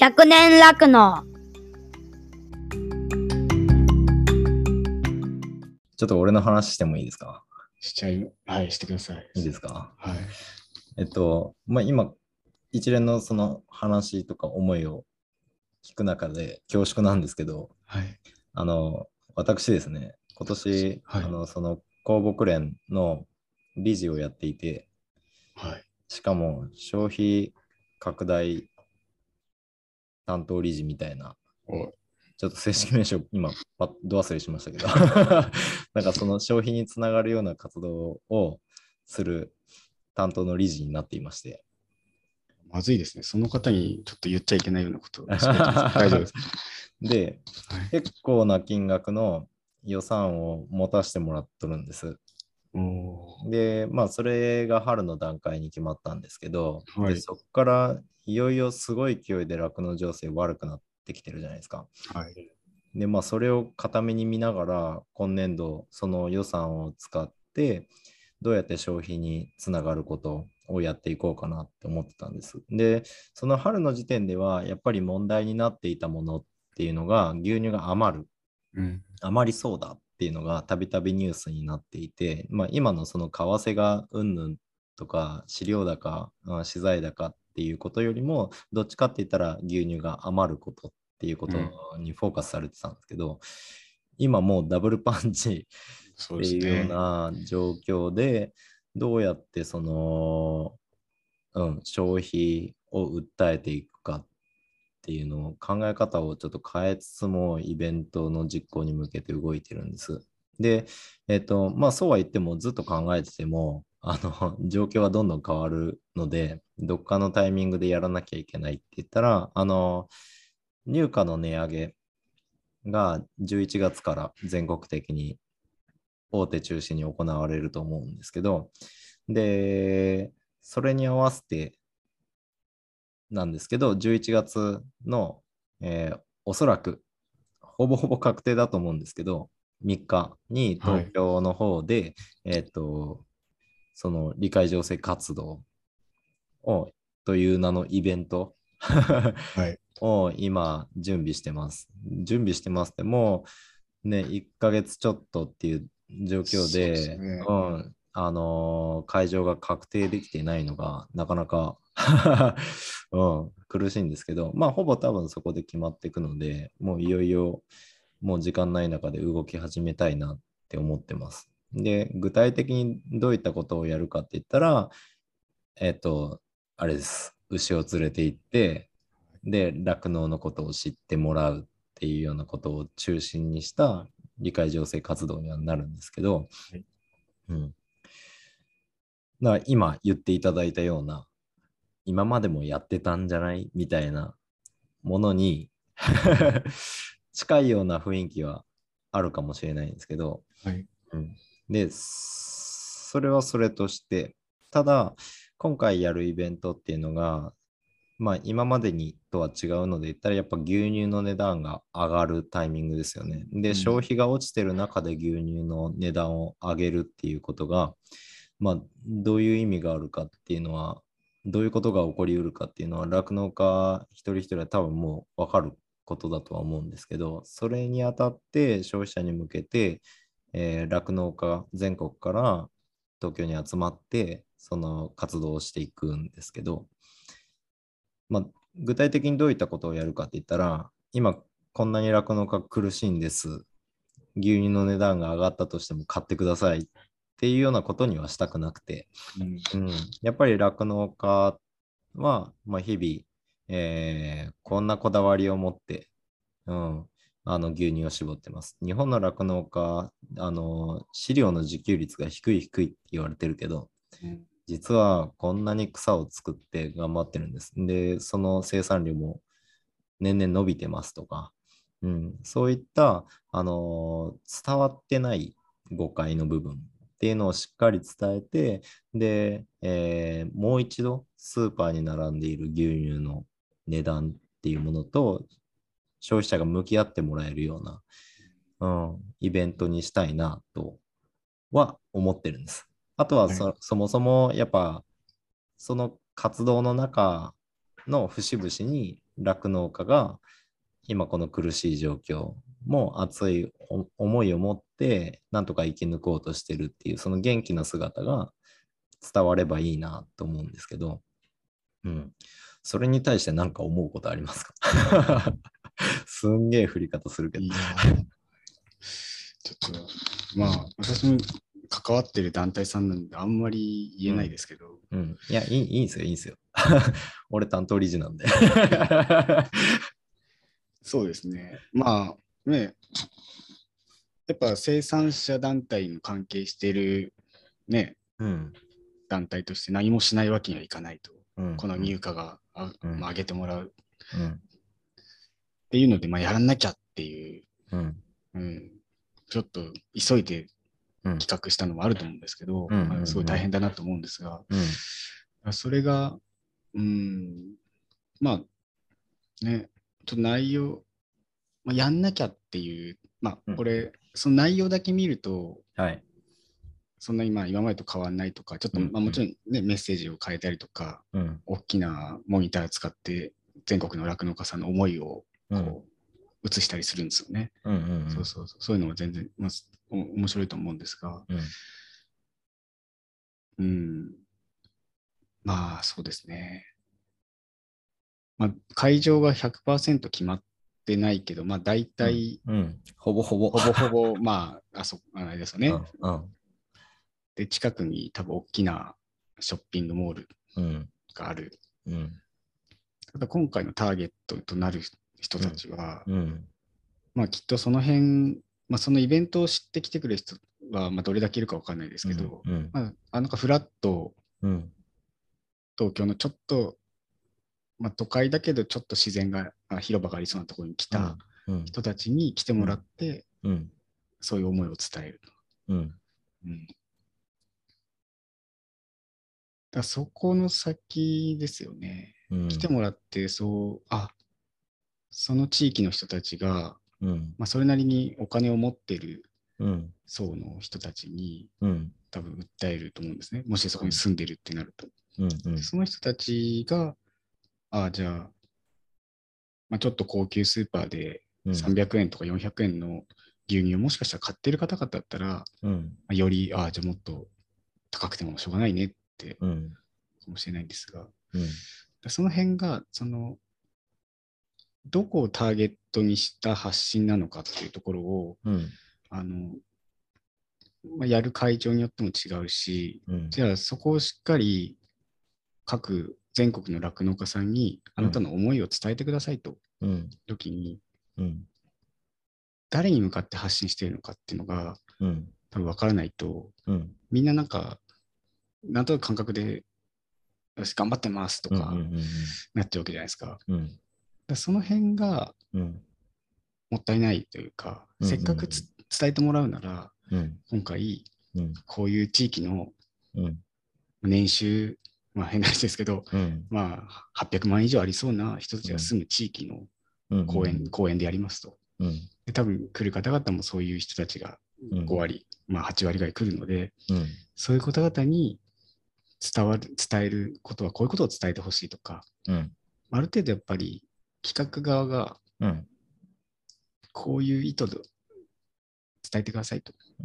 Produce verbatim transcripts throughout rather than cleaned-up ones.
ひゃくねん酪農。 ちょっと俺の話してもいいですか？ しちゃい、はい、してください。 いいですか？ はい。 えっと、まあ、今、一連のその話とか思いを聞く中で恐縮なんですけど、 はい。 あの、私ですね、今年、 はいあの、その公木連の理事をやっていて、 はい。 しかも消費拡大担当理事みたいな、 おちょっと正式名称、今、パッど忘れしましたけど、なんかその消費につながるような活動をする担当の理事になっていまして。 まずいですね。その方にちょっと言っちゃいけないようなことを喋ってます。大丈夫ですか？ で、 はい。 結構な金額の予算を持たせてもらっとるんです。 おで、まあ、それが春の段階に決まったんですけど、 はい。 でそこからいよいよすごい勢いで酪農情勢悪くなってきてるじゃないですか。 はい。 で、まあ、それを固めに見ながら、今年度、その予算を使って、どうやって消費につながることをやっていこうかなって思ってたんです。で、その春の時点では、やっぱり問題になっていたものっていうのが、牛乳が余る、 うん。 余りそうだっていうのが、たびたびニュースになっていて、まあ、今のその為替がうんぬんとか、飼料高、あ資材高っていうことよりも、どっちかって言ったら牛乳が余ることっていうことにフォーカスされてたんですけど、今もうダブルパンチそうっていうようですね。 な状況で、どうやってその、うん、消費を訴えていくかっていうのを考え方をちょっと変えつつもイベントの実行に向けて動いてるんです。で、えっと、まあそうは言ってもずっと考えてても、あの、状況はどんどん変わるので、どっかのタイミングでやらなきゃいけないって言ったら、あの、入荷の値上げがじゅういちがつから全国的に大手中心に行われると思うんですけど、で、それに合わせてなんですけど、じゅういちがつの、えーおそらくほぼほぼ確定だと思うんですけど、みっかに東はい。 京の方で、えっと、その理解醸成活動をという名のイベントはい。 を今準備してます。準備してますってもうね、いっかげつちょっとっていう状況そうですで、 ね。 うん、あのー会場が確定できていないのがなかなかうん、苦しいんですけど、まあほぼ多分そこで決まっていくので、もういよいよもう時間ない中で動き始めたいなって思ってます。で、具体的にどういったことをやるかって言ったら、えっと、あれです。牛を連れて行って、で、酪農のことを知ってもらうっていうようなことを中心にした理解醸成活動にはなるんですけど、 はい。 うん。だから今言っていただいたような、今までもやってたんじゃないみたいなものに近いような雰囲気はあるかもしれないんですけど、 はい。 うん、で、それはそれとして、ただ、今回やるイベントっていうのが、まあ今までにとは違うので言ったらやっぱ牛乳の値段が上がるタイミングですよね。で、 うん。 消費が落ちてる中で牛乳の値段を上げるっていうことが、まあどういう意味があるかっていうのは、どういうことが起こりうるかっていうのは酪農家一人一人は多分もう分かることだとは思うんですけど、それにあたって消費者に向けて、えー酪農家全国から東京に集まってその活動をしていくんですけど、まあ、具体的にどういったことをやるかって言ったら、今こんなに酪農家苦しいんです。牛乳の値段が上がったとしても買ってくださいっていうようなことにはしたくなくて、 うん。 うん、やっぱり酪農家は、まあ、日々、えーこんなこだわりを持って、うん、あの牛乳を絞ってます。日本の酪農家、あの飼料の自給率が低い低いって言われてるけど、 うん。 実はこんなに草を作って頑張ってるんです。で、その生産量も年々伸びてますとか、うん、そういった、あのー伝わってない誤解の部分っていうのをしっかり伝えて、で、えーもう一度スーパーに並んでいる牛乳の値段っていうものと消費者が向き合ってもらえるような、うん、イベントにしたいなとは思ってるんです。あとははい。 そ、そもそもやっぱその活動の中の節々に酪農家が今この苦しい状況も熱い思いを持ってなんとか生き抜こうとしてるっていうその元気な姿が伝わればいいなと思うんですけど、うん、それに対して何か思うことありますか？すんげえ振り方するけど。 いやちょっと、まあ、私も関わってる団体さんなんで、あんまり言えないですけど。 うん。うん、いや、いい、いいんですよ、いいんですよ。俺担当理事なんで。 そうですね。まあ、ね、やっぱ生産者団体の関係している、ね、 うん。 団体として何もしないわけにはいかないと。 うん。 この入荷が、あうん。 まあ、上げてもらううん。 っていうので、まあ、やらなきゃっていう、 うん。 うん、ちょっと急いでうん。 企画したのもあると思うんですけど、 うん。 まあ、すごい大変だなと思うんですが、 うん。 それが、うん、まあね、ちょっと内容、まあ、やんなきゃっていう、まあ、これ、その内容だけ見ると、 はい。 そんな今今までと変わらないとか、ちょっと、 うん。 まあ、もちろん、ね、メッセージを変えたりとか、 うん。 大きなモニター使って全国の酪農家さんの思いをこう映したりするんですよね。 うん。うん。 そうそうそう、そういうのも全然、まあ、お面白いと思うんですが、 うん。 うん、まあそうですね。まあ、会場がひゃくパーセント決まってないけど、まあ大うん。 体、 うん。ほぼほぼ。 ほぼほぼ、まあ、あそあれですよね。 うん。うん。 で、近くに多分大きなショッピングモールうん。 がある。 うん。 ただ今回のターゲットとなる人たちは、 うん。 まあきっとその辺、まあそのイベントを知ってきてくれる人は、まあどれだけいるかわかんないですけど、 うん。 まあ、あなんかフラットうん。 東京のちょっと、まあ都会だけどちょっと自然が、あ広場がありそうなところに来たうん。 人たちに来てもらって、 うん。 そういう思いを伝える。 うん。 うん、だそこの先ですよね。 うん。 来てもらって、そう、あ、その地域の人たちが、 うん。 まあ、それなりにお金を持ってるうん。 層の人たちにうん。 多分訴えると思うんですね。もしそこに住んでるってなると。 うん。うん。 その人たちが、ああ、じゃあ、まあ、ちょっと高級スーパーでうん。 さんびゃくえんとかよんひゃくえんの牛乳をもしかしたら買ってる方々だったら、まうん。 あ、より、ああ、じゃあもっと高くてもしょうがないねってうん。 かもしれないんですが、 うん。 その辺が、その、どこをターゲットにした発信なのかっていうところを、 うん。 あの、まあ、やる会場によっても違うし、 うん。 じゃあそこをしっかり各全国の酪農家さんにあなたの思いを伝えてくださいと、 うん。 時に、 うん。 誰に向かって発信しているのかっていうのがうん。 多分分からないと、 うん。 みんななんか、なんとなく感覚で、よし、頑張ってますとうん。うかん。 なっちゃうわけじゃないですか。 うん。 だその辺がうん。 もったいないというか、 うん。 せっかくつ伝えてもらうなら、 うん。 今回、 うん。 こういう地域のうん。 年収、まあ変な話ですけど、 うん。 まあはっぴゃくまん以上ありそうな人たちがうん。 住む地域のうん。 公園、公園でやりますと。 うん。 で多分来る方々もそういう人たちがご割、まあはち割ぐらい来るので、 うん。 そういう方々に伝わる、伝えることはこういうことを伝えてほしいとか、 うん。 ある程度やっぱり企画側がうん。 こういう意図で伝えてくださいと、 うん。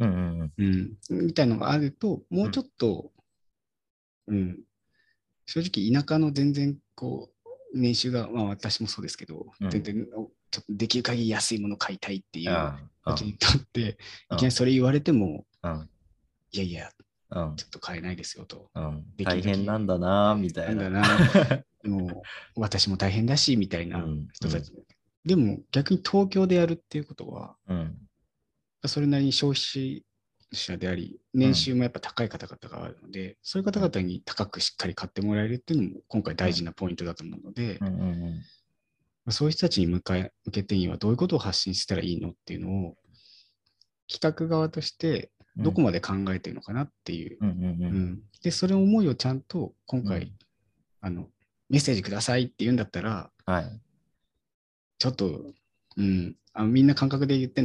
うん、みたいなのがあると、もうちょっと、うん、正直田舎の全然こう、年収が、まあ私もそうですけど、 うん。 全然ちょっとできる限り安いものを買いたいっていうああ。 人たちにとって、 うん。 いきなりそれ言われても、 うん。 いやいや、 うん。 ちょっと買えないですよと。 うん。 できるだけ、 大変なんだな、みたなんいな。 だな、もう私も大変だし、みたいなうん。 人たち。でも逆に東京でやるっていうことは、 うん。 それなりに消費者であり、年収もやっぱ高い方々があるので、そういう方々に高くしっかり買ってもらえるっていうのも今回大事なポイントだと思うので、 うん。うん。 そういう人たちに向か向けてにはどういうことを発信したらいいのっていうのを企画側としてどこまで考えてるのかなっていう。 うん。うん。うん。 うん、で、それを思いをちゃんと今回、 うん。 あの、メッセージくださいって言うんだったら、 はい。 ちょっと、うん、あみんな感覚で言ってね、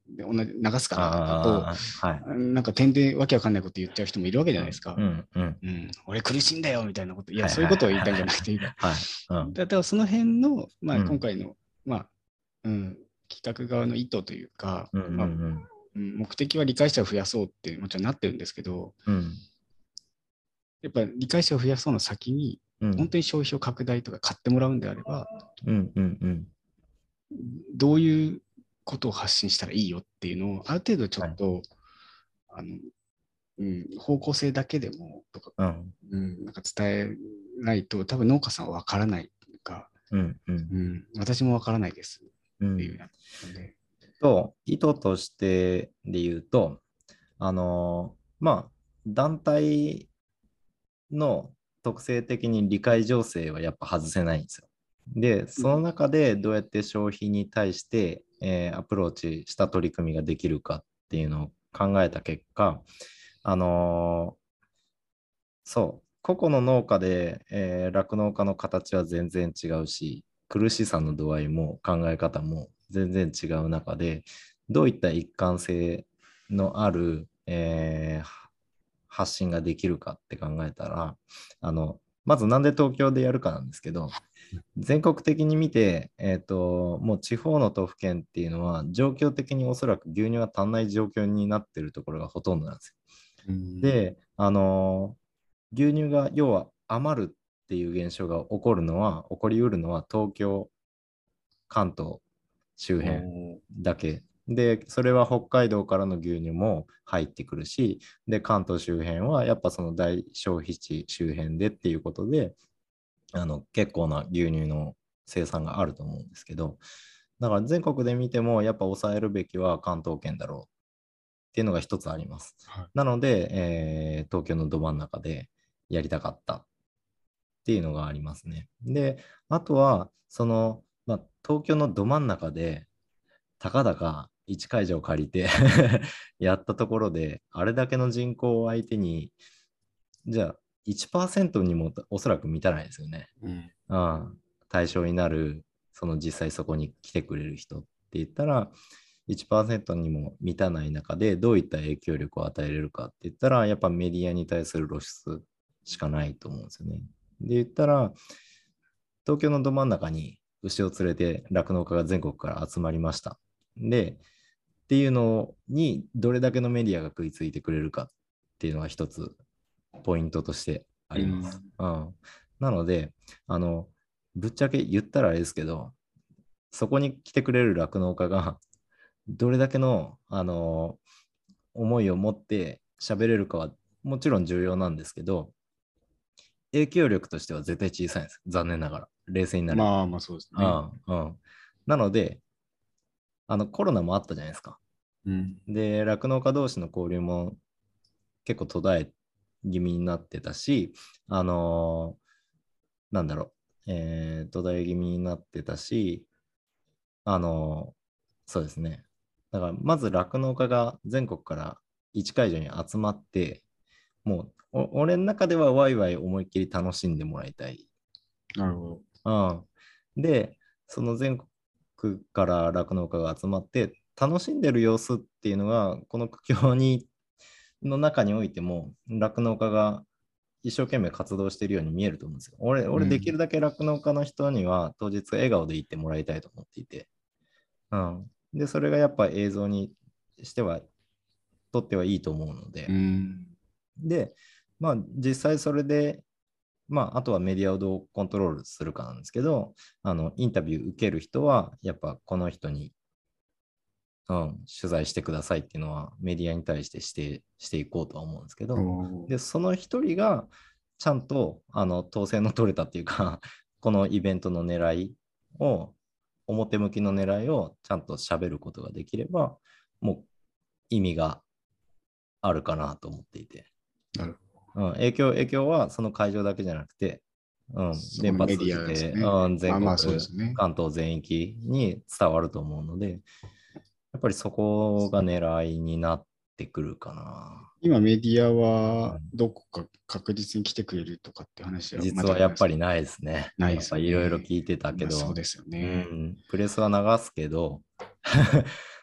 で同じ流すからだと、 はい、 なんか点でわけわかんないこと言っちゃう人もいるわけじゃないですか。 うんうんうん、俺苦しいんだよみたいなこと、いや、 はいそういうことを言いたいんじゃなくて、 はいうん、 だからその辺の、まあ、 うん今回の、まあうん、企画側の意図というか、 うんうんまあ、 うん目的は理解者を増やそうってもちろんなってるんですけど、 うんやっぱり理解者を増やそうの先に、 うん本当に消費を拡大とか買ってもらうんであれば、 うんうんうんどういうことを発信したらいいよっていうのを、ある程度ちょはい、 っと、あの、うん、方向性だけでもとか、 うんうん、なんか伝えないと、多分農家さんは分からないか、 うんうんうん、私も分からないですうんっていうので。 と、意図としてで言うと、あのまあ、団体の特性的に理解情勢はやっぱ外せないんですよ。で、その中でどうやって消費に対して、えーアプローチした取り組みができるかっていうのを考えた結果、あのーそう、個々の農家でえー酪農、家の形は全然違うし、苦しさの度合いも考え方も全然違う中で、どういった一貫性のある、えー発信ができるかって考えたら、あの、まずなんで東京でやるかなんですけど、全国的に見て、えっと、もう地方の都府県っていうのは、状況的におそらく牛乳が足んない状況になっているところがほとんどなんですよ。 うん、 で、あの、牛乳が要は余るっていう現象が起こるのは、起こりうるのは東京、関東周辺だけ。で、それは北海道からの牛乳も入ってくるし、で、関東周辺はやっぱその大消費地周辺でっていうことで、あの結構な牛乳の生産があると思うんですけど、だから全国で見てもやっぱ抑えるべきは関東圏だろうっていうのが一つあります。 はい、 なので、えー東京のど真ん中でやりたかったっていうのがありますね。で、あとは、その、まあ、東京のど真ん中で、たかだかいち会場借りてやったところで、あれだけの人口を相手に、じゃあいちパーセントにもおそらく満たないですよね。 うん、 うん、対象になる、その実際そこに来てくれる人って言ったら、いちパーセントにも満たない中でどういった影響力を与えれるかって言ったら、やっぱメディアに対する露出しかないと思うんですよね。で言ったら、東京のど真ん中に牛を連れて酪農家が全国から集まりました。で、っていうのにどれだけのメディアが食いついてくれるかっていうのが一つポイントとしてあります。 うん、 うん、なので、あの、ぶっちゃけ言ったらあれですけど、そこに来てくれる酪農家がどれだけの、あの思いを持って喋れるかはもちろん重要なんですけど、影響力としては絶対小さいんです。残念ながら。冷静になれば。 まあまあそうですね。 うんうん、なので、あのコロナもあったじゃないですか。 うん、 で、酪農家同士の交流も結構途絶え気味になってたし、あのーなんだろう、えー、途絶え気味になってたし、あのーそうですね。だから、まず酪農家が全国からいち会場に集まって、もう、お俺の中ではワイワイ思いっきり楽しんでもらいたい。 なるほうん、で、その全国から酪農家が集まって楽しんでる様子っていうのが、この苦境にの中においても酪農家が一生懸命活動しているように見えると思うんですよ。俺、 ど。う俺できるん、 だけ酪農家の人には当日笑顔でいってもらいたいと思っていて。うん。で、それがやっぱ映像にしては、とってはいいと思うのうで。 ん、 で、まあ実際それで、まああとはメディアをどうコントロールするかなんですけど、あの、インタビュー受ける人は、やっぱこの人にうん、取材してくださいっていうのはメディアに対してしてしていこうとは思うんですけど、 おで、その一人がちゃんとあの統制の取れたっていうか、このイベントの狙いを、表向きの狙いをちゃんと喋ることができれば、もう意味があるかなと思っていて、 なるうん、影響、影響はその会場だけじゃなくて、うん、 そこ電波通のメディアですじて、 ね。 うん、全国、 まあまあそうですね。 関東全域に伝わると思うので、やっぱりそこが狙いになってくるかな。 今メディアうん、 はどこか確実に来てくれるとかって話はま実はやっだありますか？ ぱりないですね。 ないですよやっぱいろいろね。 聞いてたけまあそうど、 ですようね。 ん、プレスは流すけど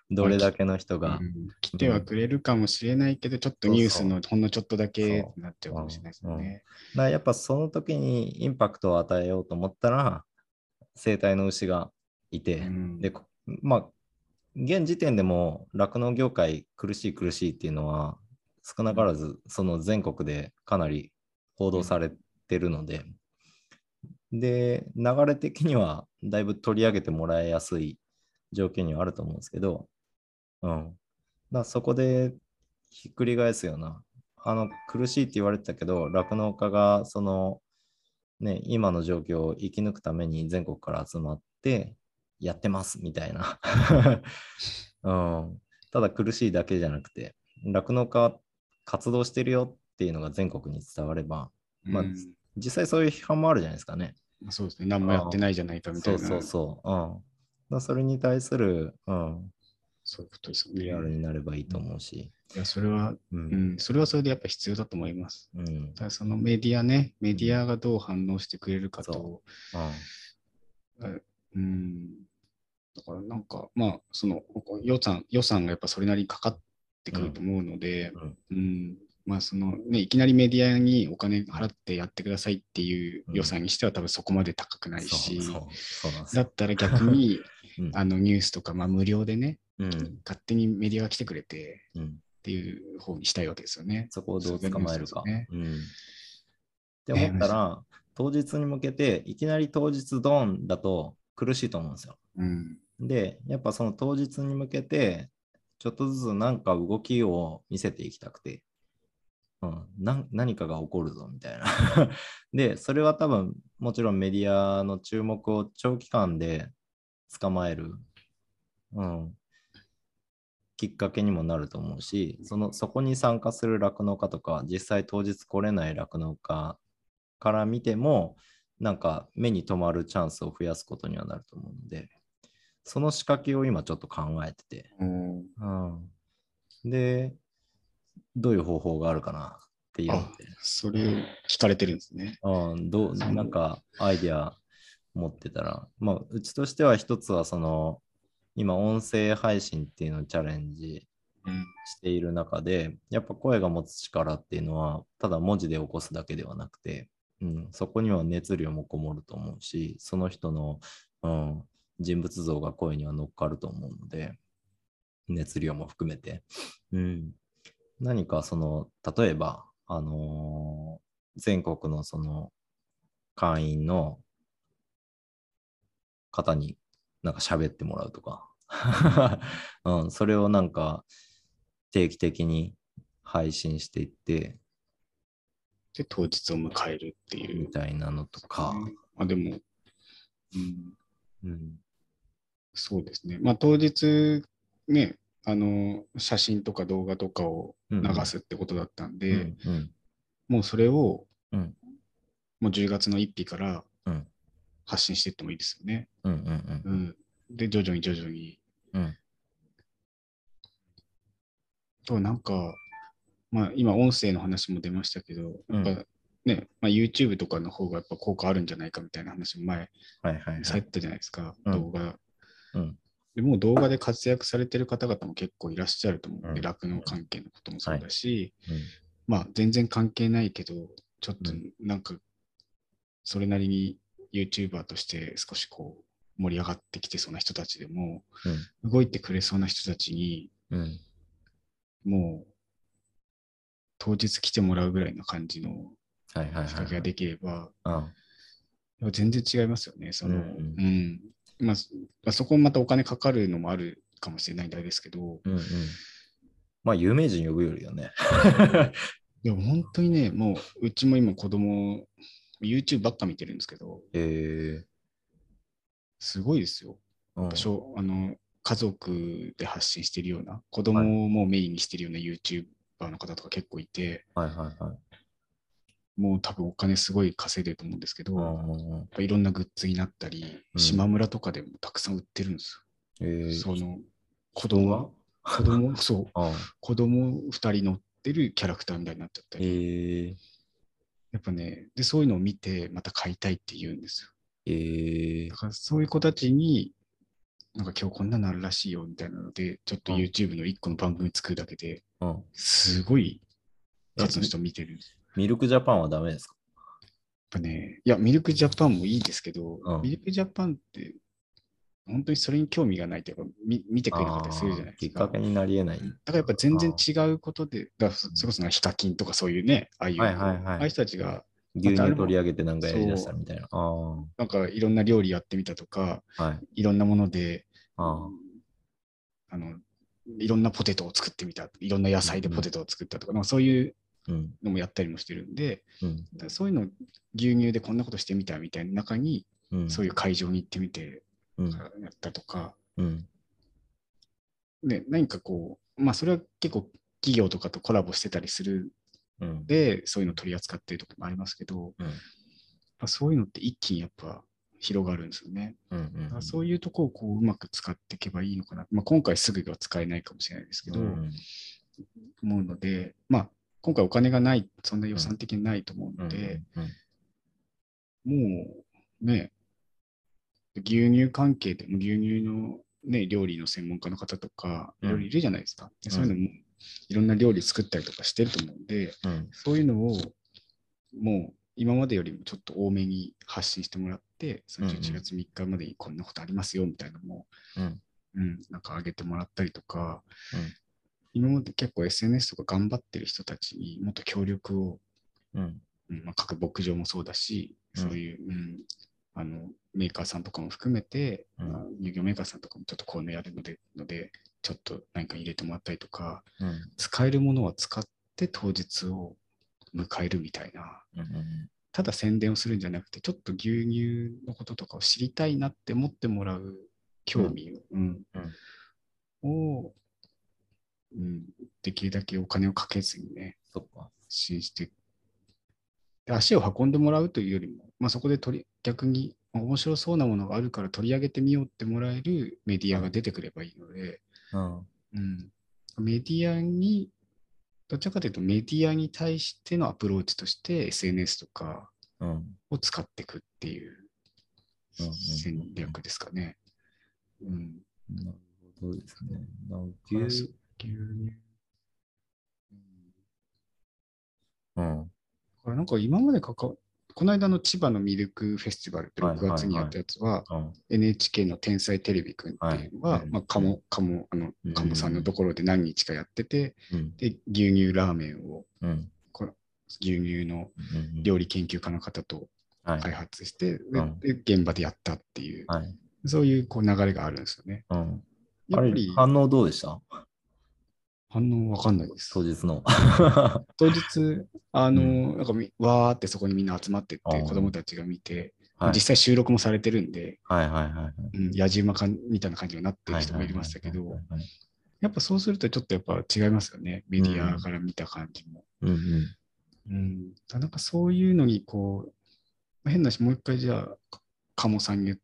どれだけの人が、 うん、来てはくれるかもしれないけど、うん、ちょっとニュースのほんのちょっとだけになっちゃうかもしれないですよね。うんうん、だからやっぱその時にインパクトを与えようと思ったら、生態の牛がいて、うん、で、まあ、現時点でも酪農業界苦しい苦しいっていうのは少なからずその全国でかなり報道されてるので、うん、で流れ的にはだいぶ取り上げてもらいやすい条件にはあると思うんですけど、うん、だからそこでひっくり返すような、あの苦しいって言われてたけど酪農家がそのね今の状況を生き抜くために全国から集まってやってますみたいな、うん、ただ苦しいだけじゃなくて酪農家活動してるよっていうのが全国に伝われば、まあ、うん、実際そういう批判もあるじゃないですかね。 そうですね、何もやってないじゃないかみたいな。 そうそうそう、うん、だそれに対する、うん、 そういうことですよね。 リアルになればいいと思うし、 いや、それは、うん、うん、それはそれでやっぱ必要だと思います。うん、ただそのメディアね、メディアがどう反応してくれるかと、うん、うん、だからなんか、まあ、その予算、予算がやっぱそれなりにかかってくると思うので、うん、うん、まあそのね、いきなりメディアにお金払ってやってくださいっていう予算にしては多分そこまで高くないし、だったら逆に、うん、あのニュースとか、まあ、無料でね、うん、勝手にメディアが来てくれて、うん、っていう方にしたいわけですよね。 そこをどう捕まえるか。ね、うん、って思ったら、当日に向けていきなり当日ドーンだと苦しいと思うんですよ。うん、で、やっぱその当日に向けてちょっとずつなんか動きを見せていきたくて、うん、な何かが起こるぞみたいな。で、それは多分もちろんメディアの注目を長期間で捕まえる、うん、きっかけにもなると思うし、そのそこに参加する酪農家とか、実際当日来れない酪農家から見ても、なんか目に留まるチャンスを増やすことにはなると思うので、その仕掛けを今ちょっと考えてて、うんうん、で、どういう方法があるかなっていうので。 それを聞かれてるんですね。 うん、どうなんかアイデア持ってたら、まあ、うちとしては一つはその、今音声配信っていうのをチャレンジしている中で、うん、やっぱ声が持つ力っていうのは、ただ文字で起こすだけではなくて、うん、そこには熱量もこもると思うし、その人の、うん、人物像が声には乗っかると思うので、熱量も含めて、うん、何かその、例えば、あのー、全国のその会員の方になんか喋ってもらうとか、うん、それをなんか定期的に配信していって、 で、当日を迎えるっていう。 みたいなのとか。 あ、でも、うん、うん、そうですね。まあ当日ね、あの、写真とか動画とかを流すってことだったんで、うんうん、もうそれを、うん、もうじゅうがつのついたちから発信していってもいいですよね。うんうんうんうん、で、徐々に徐々に。うん、と、なんか、まあ今音声の話も出ましたけど、やっぱね、うん、まあ、YouTube とかの方がやっぱ効果あるんじゃないかみたいな話も前、されてたじゃないですか、はいはいはい、動画。うん、でもう動画で活躍されてる方々も結構いらっしゃると思うんで、酪農、うん、関係のこともそうだし、はい、うん、まあ全然関係ないけど、ちょっとなんか、それなりに YouTuber として少しこう盛り上がってきてそうな人たちでも、うん、動いてくれそうな人たちに、うん、もう当日来てもらうぐらいな感じの仕掛けができれば、全然違いますよね。その、うん、うん、まあ、そこもまたお金かかるのもあるかもしれないんですけど、うんうん、 まあ有名人呼ぶよりはね。 でも本当にね、もううちも今子供 YouTube ばっか見てるんですけど、えー、すごいですよ。やっぱしょ、うん、あの家族で発信してるような、子供もメインにしてるような YouTuber の方とか結構いて、はいはいはい、もう多分お金すごい稼いでると思うんですけど、やっぱいろんなグッズになったり、うん、島村とかでもたくさん売ってるんですよ。えー、その子供、子供、そう、子供ふたり乗ってるキャラクターみたいになっちゃったり、えー、やっぱね、で、そういうのを見てまた買いたいって言うんですよ。えー、だからそういう子たちになんか今日こんなのあるらしいよみたいなので、ちょっと YouTube のいっこの番組作るだけで、 うん、 すごいえ、 数の人見てる。 ミルクジャパンはダメですか？ やっぱね、いや、ミルクジャパンもいいですけど、 うん。 ミルクジャパンって本当にそれに興味がないというか、見見てくれなかったりするじゃああ、 ないですか。 きっかけになり得ない。 だからやっぱ全然あ違うことで、だからそそれこそなヒカキンとかそういうね、ああいあ、はいう、 はいはい。 ああいう人たちが、ま牛乳たあれも、 取り上げてなんかやりだしたそう、 みたいな。あなんかいろんな料理やってみたとか、 あ、はい。 いろんなもので、 ああ、 あの、いろんなポテトを作ってみた、いろんな野菜でポテトを作ったとか、なんかそういううん、 のもやったりもしてるんで、 うん、 だそういうの牛乳でこんなことしてみたみたいな中に、 うん、 そういう会場に行ってみて、 うん、 やったとか、 うん、 ね、何かこう、まあそれは結構企業とかとコラボしてたりするうん、 で、そういうの取り扱ってるとかもありますけど、 うん、 ぱそういうのって一気にやっぱ広がるんですよね。 うん、うだからん、 そういうところをこううまく使っていけばいいのかな。まあ、今回すぐは使えないかもしれないですけど、 うん、 思うので、まあ、今回お金がない、そんな予うん、 算的にないと思ううん、 ので、 うん、 もうね、牛乳関係でも牛乳の、ね、料理の専門家の方とか、いろいろいるじゃないですか。でそういうのも、いろんな料理作ったりとかしてると思うんで、 うん、 そういうのをもう今までよりもちょっと多めに発信してもらって、そのじゅういちがつみっかまでにこんなことありますよみたいなのも、 うん、 うん、なんか上げてもらったりとか、 うん、 今まで結構 エスエヌエス とか頑張ってる人たちにもっと協力を、 うん、 うんまあ、各牧場もそうだし、 うん、 そういう、うん、あのメーカーさんとかも含めて、まあ、 うん、 乳業メーカーさんとかもちょっとこういうのやるので、のでちょっと何か入れてもらったりとか、 うん、 使えるものは使って当日を迎えるみたいな、 うん、 ただ宣伝をするんじゃなくて、ちょっと牛乳のこととかを知りたいなって思ってもらう興味を、うん、を、うん、できるだけお金をかけずにね、 そっか。 信じて、で足を運んでもらうというよりも、まあ、そこで取り逆に面白そうなものがあるから取り上げてみようってもらえるメディアが出てくればいいので、 うん、 うん、メディアに、どちらかというとメディアに対してのアプローチとして エスエヌエス とかうん、 を使っていくっていううん、うん、 戦略ですかね。うん。 なるほどですね。なんか牛、 だから牛乳。 うん、 だからなんか今までかか、この間の千葉のミルクフェスティバルってはい、 ろくがつにやっはい、はい。 たやつは、 うん、 エヌエイチケー の天才テレビくんってはい、 いうのは、 うん、 まあ、カうん、 モ、カモ、あの、 うカモさんのとん、 ころで何日かやってて、 うん、 で、牛乳ラーメンを、 うん、 この牛乳のうん、 料理研究家の方とはい、 開発して、 うん、 で、で現場でやったっていう、 はい、 そういうこう流れがあるんですよね。 うん。あれ、 やっぱり反応どうでした？ 反応わかんないです。 当日の。 当日、あうん。 の、なんかみわーってそこにみんな集まってっあて子供ーたちが見て、まあ、 はい。 実際収録もされてるんで、 はいはいはいはい。 うん、野じ馬かみたいな感じになってるはい人もいまはいはいはいしたけど、 はい。 やっぱそうするとちょっとやっぱ違いますよね。メディアうん。 から見た感じも。 うんうん。 うん。なんかそういうのにこう、変なし、もう一回じゃあ、鴨さんに言って、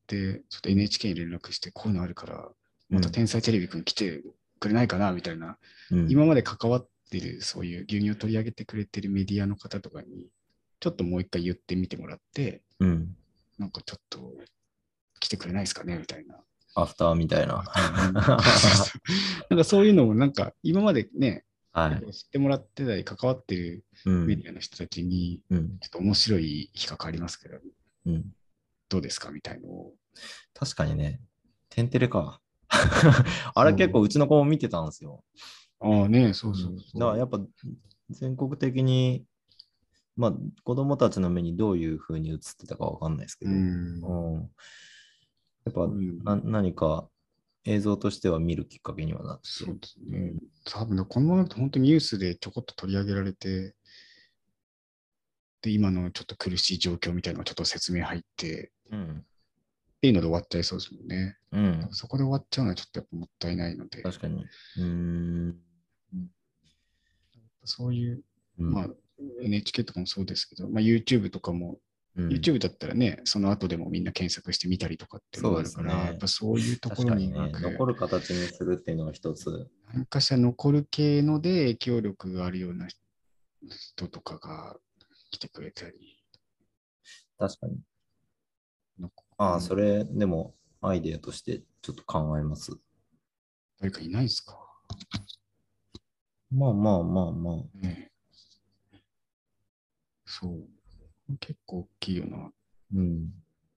ちょっと エヌエイチケー に連絡して、こういうのあるから、またうん。 天才テレビくん来てくれないかな、みたいな、 うん。 今まで関わってる、そういう牛乳を取り上げてくれてるメディアの方とかに、ちょっともう一回言ってみてもらって、 うん。 なんかちょっと来てくれないですかね、みたいな。 アフターみたいな。 なんかそういうのもなんか今までね、 はい。 結構知ってもらってたり関わってるうん。 メディアの人たちに、 うん。 ちょっと面白い企画ありますけど、 うん。 どうですかみたいのを。 確かにね、テンテレか。あれ結構うそう。 ちの子も見てたんですよ。 ああね、そうそううん。だからそう。 やっぱ全国的に、まあ子供たちの目にどういう風に映ってたかわかんないですけうど、 ん。 うん。やっぱそういうな何か映像としては見るきっかけにはなって。 そうですね。 うん。 多分ね、このままだと本当にニュースでちょこっと取り上げられて、で、今のちょっと苦しい状況みたいなのがちょっと説明入って、 うん。 っていうので終わっちゃいそうですもんね。 うん。 そこで終わっちゃうのはちょっとやっぱもったいないので、 確かに。うーん。 うんそういう、 うん。 まあ、エヌエイチケー とかもそうですけど、まあ、YouTube とかも、 うん。 YouTube だったらね、その後でもみんな検索してみたりとかっていうのそうでもあるから、やっすね。 ぱそういうところにうま確かにね、残く、 る形にするっていうのは一つ。 何かしら残る系ので影響力があるような人とかが来てくれたり、 確かに。 のああ、そうん、 れ、でも、アイデアとしてちょっと考えます。 誰かいないですか？ まあまあまあまあ。 ね、そう。結構大きいよな。 うん。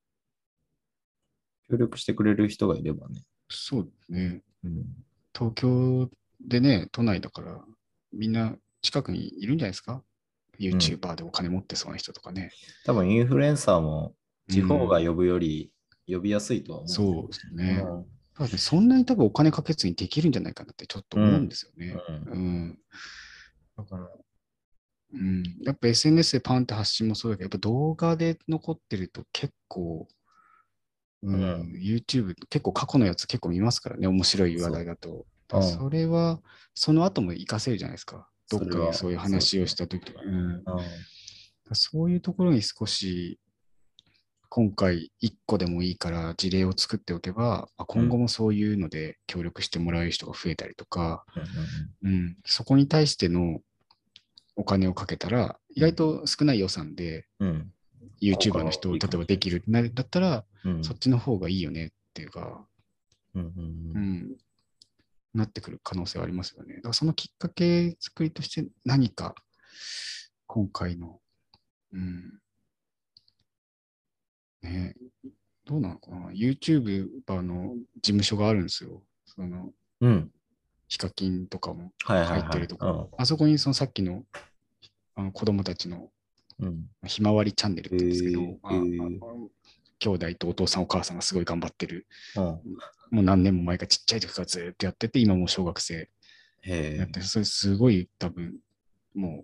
協力してくれる人がいればね。 そうですね。 うん、 東京でね、都内だから、みんな近くにいるんじゃないですか？ うん。 YouTuber でお金持ってそうな人とかね。 多分インフルエンサーもう地方がん。 呼ぶより呼びやすいとは思うんですそうですね。 よ。 ただね、そんなに多分お金かけずにできるんじゃないかなってちょっとうん。 思うんですようね。 ん。 うん。だから、うん。やっぱ エスエヌエス でパンって発信もそうだけど、やっぱ動画で残ってると結構、ううん。 ん、YouTube 結構過去のやつ結構見ますからね、面白い話題そだと。 う。 だうん。 それは、その後も活かせるじゃないですか。どっそれは、 かでそういうそうですね。 話をした時とか。うん、 うん。 だそういうところに少し、今回いっこでもいいから事例を作っておけば、あうん。 今後もそういうので協力してもらえる人が増えたりとか、 うん。 うん、そこに対してのお金をかけたら、意うん。 外と少ない予算でうん。効果 YouTuber のがいい人を例かもしれないです。 えばできるなるんだったら、 うん。 そっちの方がいいよねっていうか、 うん。うん。 うん、なってくる可能性はありますよね。だからそのきっかけ作りとして何か今回の、うん、ね、どうなのかな？ YouTuber の事務所があるんですよ。その、 うん。 ヒカキンとかもはいはい入ってはい。 るところ。あそこにそのさっきの、あの子供たちのうん。うん。 ひまわりチャンネルってえ言うんですけー、 ど、 えああー、 兄弟とお父さんお母さんがすごい頑張ってる。 うん。 もう何年も前からちっちゃい時からずっとやってて、今もう小学生へやって、 え。 それすごい多分、もう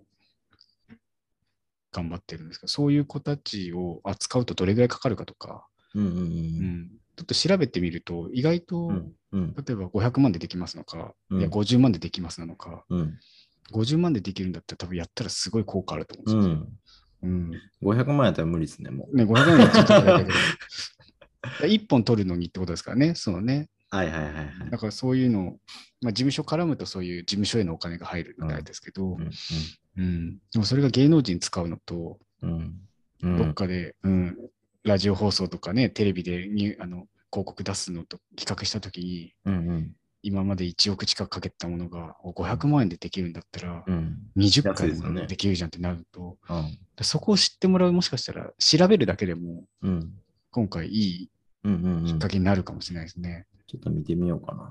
頑張ってるんですけど、そういう子たちを扱うとどれぐらいかかるかとか、 うんうんうん、ちょっと調べてみると、意外と、 うん。うん。 例えばごひゃくまんでできますのか、いやうん。 ごじゅうまんでできますなのか、 うん。 ごじゅうまんでできるんだったら多分やったらすごい効果あると思うんですよね。 うん。 うん。 ごひゃくまんやったら無理ですね、もね、ごひゃくまんはちょっとあれだけど、いっぽん取るのにってことですからね、そのね。 う。はいはいはいはい。 だからそういうの、まあ、事務所絡むとそういう事務所へのお金が入るうん。 みたいですけど、 うん。うん。 うん。でもそれが芸能人使うのと、 うん。うどっん。 かで、うん、ラジオ放送とかね、テレビでにあの広告出すのと比較したときに、 うん。 今までいちおく近くかけたものがごひゃくまん円でできるんだったら、 うん。 20回も安いですよね。 できるじゃんってなると、 うん。 そこを知ってもらう、もしかしたら調べるだけでも、 うん。 今回いいうん。うん。 きっかうん。 けになるかもしれないですね。 ちょっと見てみようかな。 うん。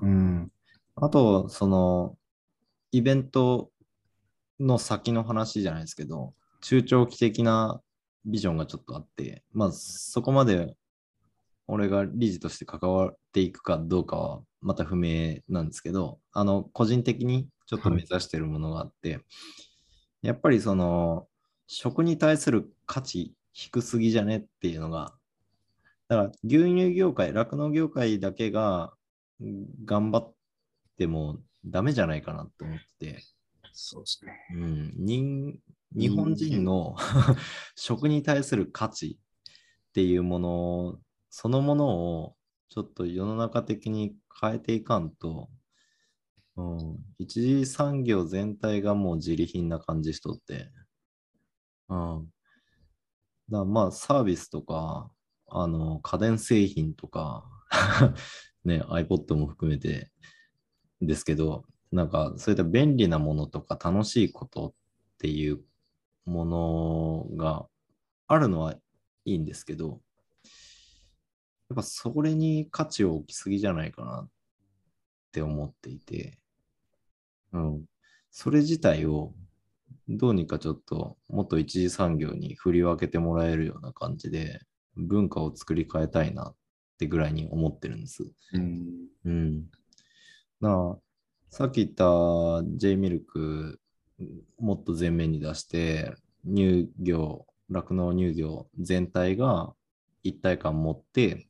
あと、その、イベントの先の話じゃないですけど、中長期的なビジョンがちょっとあって、まあ、そこまで俺が理事として関わっていくかどうかはまた不明なんですけど、あの、個人的にちょっと目はい。 指しているものがあって、やっぱりその、食に対する価値低すぎじゃねっていうのが、だから牛乳業界、酪農業界だけが頑張ってもダメじゃないかなと思って、 そうですね。 うん、人日本人間。 人の食に対する価値っていうものそのものをちょっと世の中的に変えていかんと、うん、一次産業全体がもう自利品な感じしとって、うん、だからまあサービスとか、あの家電製品とかね、iPod も含めてですけど、なんかそういった便利なものとか楽しいことっていうものがあるのはいいんですけど、やっぱそれに価値を置きすぎじゃないかなって思っていて、うん。それ自体をどうにかちょっともっと一次産業に振り分けてもらえるような感じで文化を作り変えたいなってぐらいに思ってるんです。 うん。 うん。なあ、さっき言った J ミルクもっと前面に出して乳業、酪農乳業全体が一体感を持って、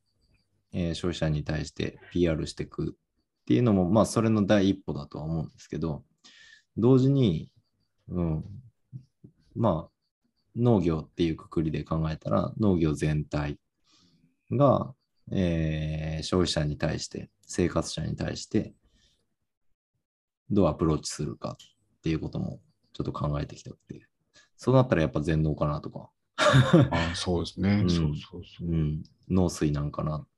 えー消費者に対して ピーアール していくっていうのも、まあ、それの第一歩だとは思うんですけど、同時に、うん、まあ、農業っていうくくりで考えたら、農業全体が、えー消費者に対して、生活者に対して、どうアプローチするかっていうこともちょっと考えてきたくて、そうなったらやっぱ全農かなとか、 ああ、そうですね。そううん、 そうそうん、農水なんかなっ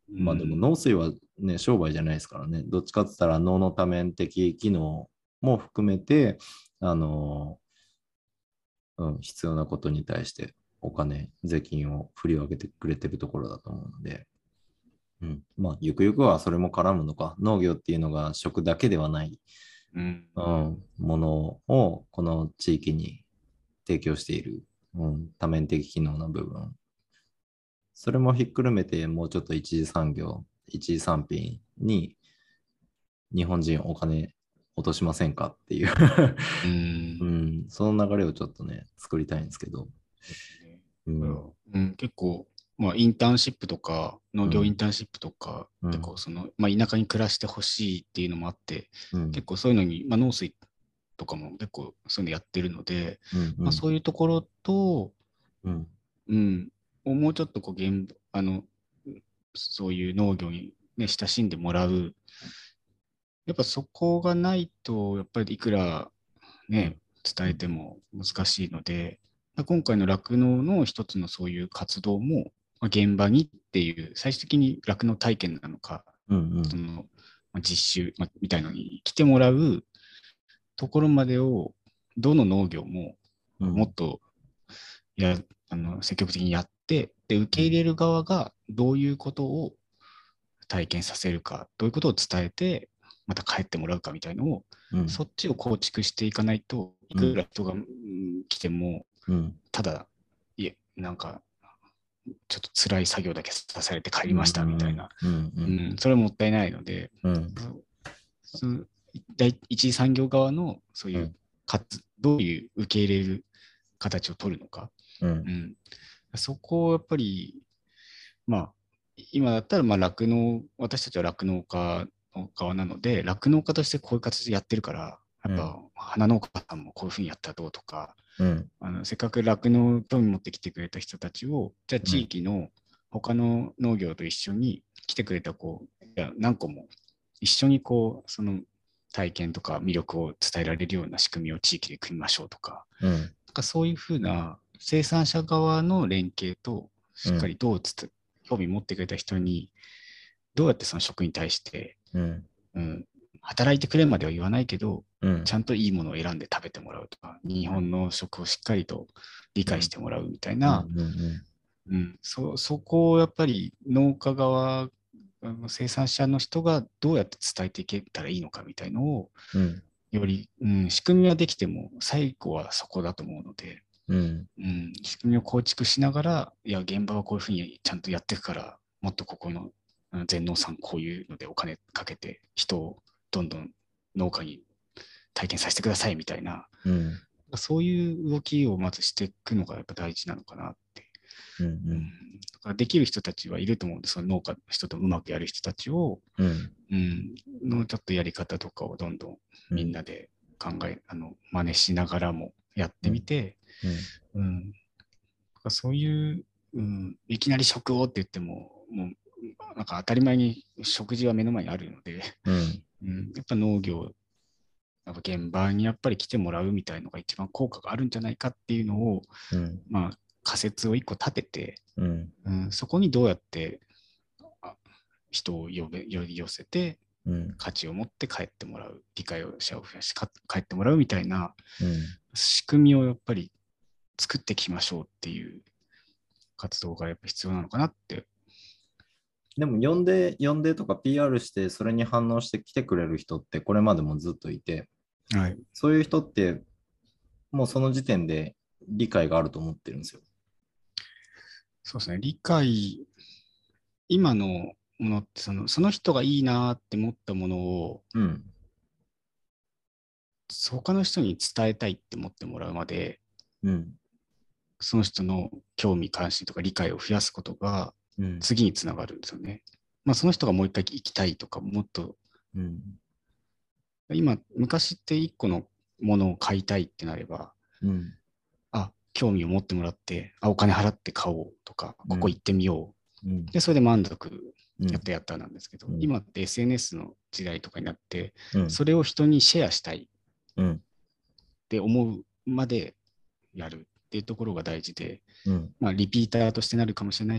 まあでも農水はね、商売じゃないですからね。どっちかって言ったら農の多面的機能も含めて、あの、うん、必要なことに対してお金、税金を振り分けてくれてるところだと思うので、うん、まあ、ゆくゆくはそれも絡むのか。農業っていうのが食だけではない、 うん、 うん、ものをこの地域に提供している、うん、多面的機能の部分。それもひっくるめて、もうちょっと一次産業、一次産品に日本人お金落としませんかっていううん、 うん、その流れをちょっとね、作りたいんですけど。 ねうん、 うん、結構、まあ、インターンシップとか、農業インうん、 ターンシップとか、 うん、 結構その、まあ、田舎に暮らしてほしいっていうのもあって、 うん、 結構そういうのに、まあ、農水とかも結構そういうのやってるので、 うん、うまあ、 ん、 そういうところと、 うん、 うん、もうちょっとこう現、あの、そういう農業に、ね、親しんでもらう。やっぱそこがないと、やっぱりいくらね、伝えても難しいので、今回の酪農の一つのそういう活動も、まあ現場にっていう、最終的に酪農体験なのか、 うん、 その、まあ、実習、まあ、みたいのに来てもらうところまでを、どの農業もうん、 もっとやあの積極的にやって、で、受うん、 け入れる側がどういうことを体験させるか、どういうことを伝えて、また帰ってもらうかみたいのを、 うん、 そっちを構築していかないと、いうん、 くら人が来ても、 うん、 ただ、いえ、なんか、ちょっと辛い作業だけさされて帰うん、 りましたみたいな、 うん、 うん、それはもったいないので、 うん、 その第一次産業側のそういうかつ、どういう受け入れる形を取るのか、 うん、 うん、そこをやっぱり、まあ、今だったら、まあ、酪農、私たちは酪農家の側なので、酪農家としてこういう形でやってるから、やっぱ、花農家さんもこういうふうにやったらどうとか、 うん、 あのせっかく酪農興味持ってきてくれた人たちを、じゃあ地域の他の農業と一緒に来てくれた子、いや何個も一緒にこう、その体験とか魅力を伝えられるような仕組みを地域で組みましょうとか、 うん、 なんかそういうふうな生産者側の連携と、しっかりどうつつ興味持ってくれた人に、どうやってその食に対して、 うん、 うん、働いてくれまでは言わないけど、 うん、 ちゃんといいものを選んで食べてもらうとか、日本の食をしっかりと理うん、 解してもらうみたいうん、 な、 うん、 うん、そそこをやっぱり農家側、生産者の人がどうやって伝えていけたらいいのかみたいのを、 うん、 より、うん、仕組みはできても、最後はそこだと思うので、 うん、 うん、仕組みを構築しながら、いや、現場はこういうふうにちゃんとやっていくから、もっとここの全農さん、こういうのでお金かけて、人をどんどん農家に体験させてくださいみたいな、 うん、 そういう動きをまずしていくのがやっぱ大事なのかなって。 うん、 うん、だからできる人たちはいると思うんです、その農家の人とうまくやる人たちを、 うん、 うん、のちょっとやり方とかをどんどんみんなで考え、あの真似しながらもやってみて、うん、そういう、うん、いきなり食をって言っても、もうなんか当たり前に食事は目の前にあるので、 うん、 うん、やっぱ農業、やっぱ現場にやっぱり来てもらうみたいのが一番効果があるんじゃないかっていうのを、 うん、 まあ、仮説を一個立てて、 うん、 うん、そこにどうやって人を呼べ呼び寄せて、 うん、 価値を持って帰ってもらう、理解者を増やし帰ってもらうみたいなうん。 仕組みをやっぱり作っていきましょうっていう活動がやっぱ必要なのかなって。 でも、呼んで、呼んでとか ピーアール して、それに反応して来てくれる人って、これまでもずっといて、 はい。 そういう人って、もうその時点で理解があると思ってるんですよ。 そうですね。理解、今のものってその、その人がいいなって思ったものを、 うん、 他の人に伝えたいって思ってもらうまで、 うん、 その人の興味関心とか理解を増やすことがうん、 次につながるんですよね。まあ、その人がもう一回行きたいとか、もっと、 うん、 今、昔って一個のものを買いたいってなれば、 うん、 あ、興味を持ってもらって、あ、お金払って買おうとか、ここ行ってみようん、 う。で、それで満足、 うん、 やったやったなんですけど、 うん、 今って エスエヌエス の時代とかになって、 うん、 それを人にシェアしたいうん、 って思うまでやるっていうところが大事で、 うん、 まあ、リピーターとしてなるかもしれないし、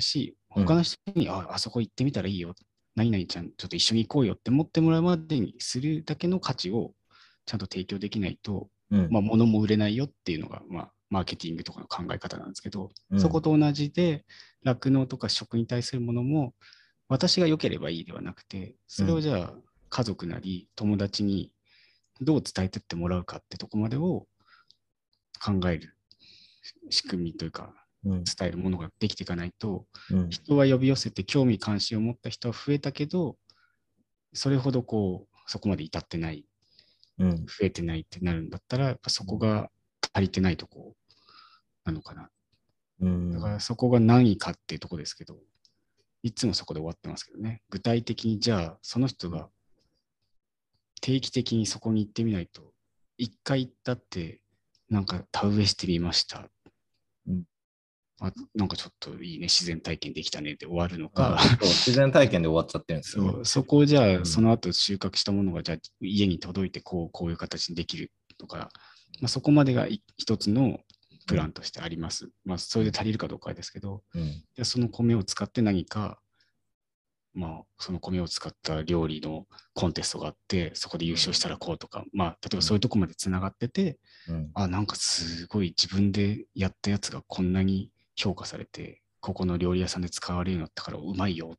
他の人に、うん、あ、あそこ行ってみたらいいよ。何々ちゃん、ちょっと一緒に行こうよって思ってもらうまでにするだけの価値をちゃんと提供できないと、うん、まあ、物も売れないよっていうのが、まあ、マーケティングとかの考え方なんですけど、うん、そこと同じで、酪農とか食に対するものも、私が良ければいいではなくて、それをじゃあ、家族なり友達にどう伝えてってもらうかってとこまでを考える仕組みというか、伝えるものができていかないと、うん、人は呼び寄せて興味関心を持った人は増えたけど、それほどこうそこまで至ってない、うん、増えてないってなるんだったら、やっぱそこが足りてないとこなのかな。うん、だからそこが何位かっていうとこですけど、いつもそこで終わってますけどね。具体的にじゃあその人が定期的にそこに行ってみないと、一回行ったってなんか田植えしてみました。うん、あ、なんかちょっといいね、自然体験できたねで終わるのか、 うん、そう自然体験で終わっちゃってるんですよ、ね、 そうそこをじゃあ、うん、その後収穫したものがじゃあ家に届いてこうこういう形にできるとか、まあ、そこまでが一つのプランとしてあります。うん、まあ、それで足りるかどうかですけど、うん、じゃあその米を使って何か、まあ、その米を使った料理のコンテストがあって、そこで優勝したらこうとか、まあ、例えばそういうとこまでつながってて、うん、あ、なんかすごい自分でやったやつがこんなに評価されて、ここの料理屋さんで使われるようになったからうまいよって、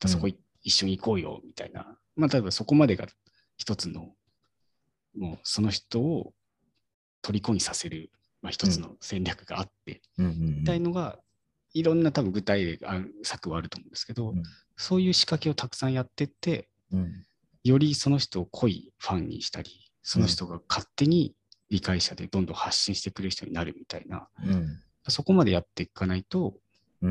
そこ、うん、一緒に行こうよみたいな、まあ、例えばそこまでが一つの、もうその人を虜にさせる、まあ、一つの戦略があって、うん、みたいのが、いろんな多分具体例が策はあると思うんですけど、うん、そういう仕掛けをたくさんやってって、うん、よりその人を濃いファンにしたり、その人が勝手に理解者でどんどん発信してくれる人になるみたいな、うん、そこまでやっていかないと、うん、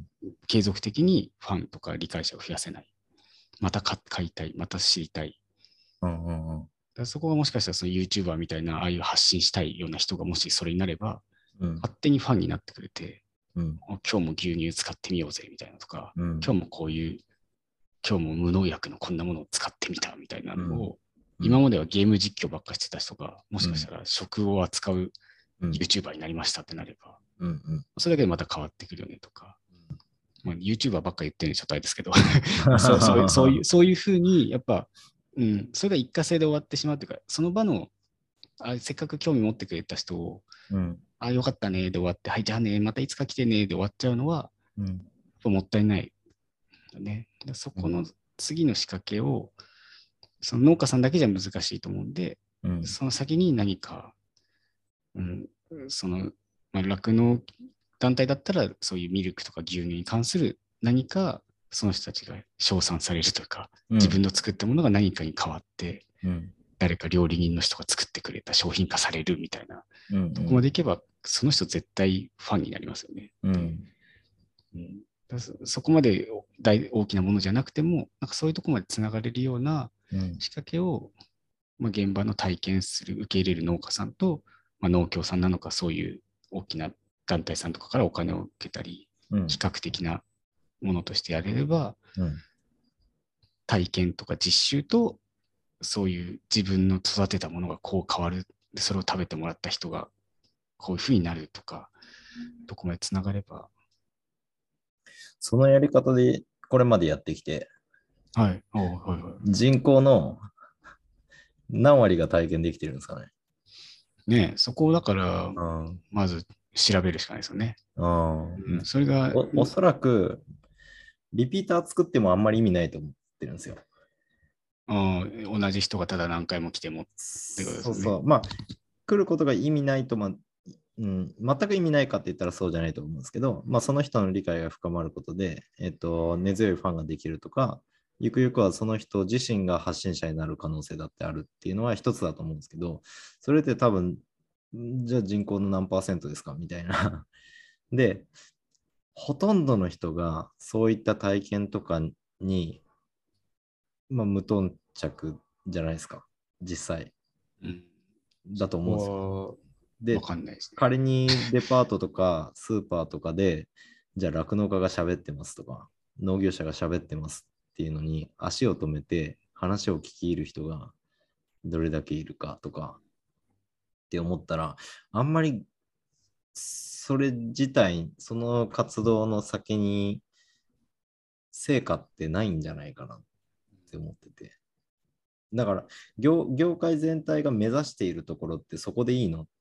継続的にファンとか理解者を増やせない。また買いたい、また知りたい。うんうんうん、だそこがもしかしたらその YouTuber みたいな、ああいう発信したいような人がもしそれになれば、うん、勝手にファンになってくれて、うん、今日も牛乳使ってみようぜみたいなとか、うん、今日もこういう、今日も無農薬のこんなものを使ってみたみたいなのを、うん、今まではゲーム実況ばっかしてた人が、もしかしたら食を扱う YouTuber になりましたってなれば、うんうん、それだけでまた変わってくるよねとか、まあ、YouTuber ばっか言ってるのちょっとあれですけどそうそうそういうそういうふうにやっぱ、うん、それが一過性で終わってしまうというか、その場のあせっかく興味持ってくれた人を、うん、あよかったねで終わって、はいじゃあねまたいつか来てねで終わっちゃうのは、うん、もったいないね。そこの次の仕掛けを、その農家さんだけじゃ難しいと思うんで、うん、その先に何か、うん、その酪農、まあ、団体だったらそういうミルクとか牛乳に関する何かその人たちが称賛されるというか、うん、自分の作ったものが何かに変わって、うん、誰か料理人の人が作ってくれた商品化されるみたいな、うんうん、とこまでいけばその人絶対ファンになりますよね。うんうん、そこまで大大きなものじゃなくても、なんかそういうところまでつながれるような仕掛けを、まあ、現場の体験する、受け入れる農家さんと、まあ、農協さんなのか、そういう大きな団体さんとかからお金を受けたり、うん、比較的なものとしてやれれば、うん、体験とか実習と、そういう自分の育てたものがこう変わる、それを食べてもらった人がこういうふうになるとか、どこまでつながれば。 そのやり方でこれまでやってきて、 はい、はいはい、 人口の何割が体験できてるんですかね。 ね、そこをだから、まず調べるしかないですよね。うん、それがお、おそらく、リピーター作ってもあんまり意味ないと思ってるんですよ。 あ同じ人がただ何回も来てもってことですね。 そうそう。まあ、来ることが意味ないと、まあ、うん、全く意味ないかって言ったらそうじゃないと思うんですけど、まあ、その人の理解が深まることで、えっと、根強いファンができるとか、ゆくゆくはその人自身が発信者になる可能性だってあるっていうのは一つだと思うんですけど、それって多分、じゃあ人口の何パーセントですかみたいな。で、ほとんどの人がそういった体験とかに、まあ、無頓着じゃないですか、実際。うん、だと思うんですよ。で、わかんないですね。仮にデパートとかスーパーとかで、じゃあ酪農家が喋ってますとか、農業者が喋ってますっていうのに足を止めて話を聞き入る人がどれだけいるかとかって思ったら、あんまりそれ自体、その活動の先に成果ってないんじゃないかなって思ってて。だから業、業界全体が目指しているところってそこでいいのっ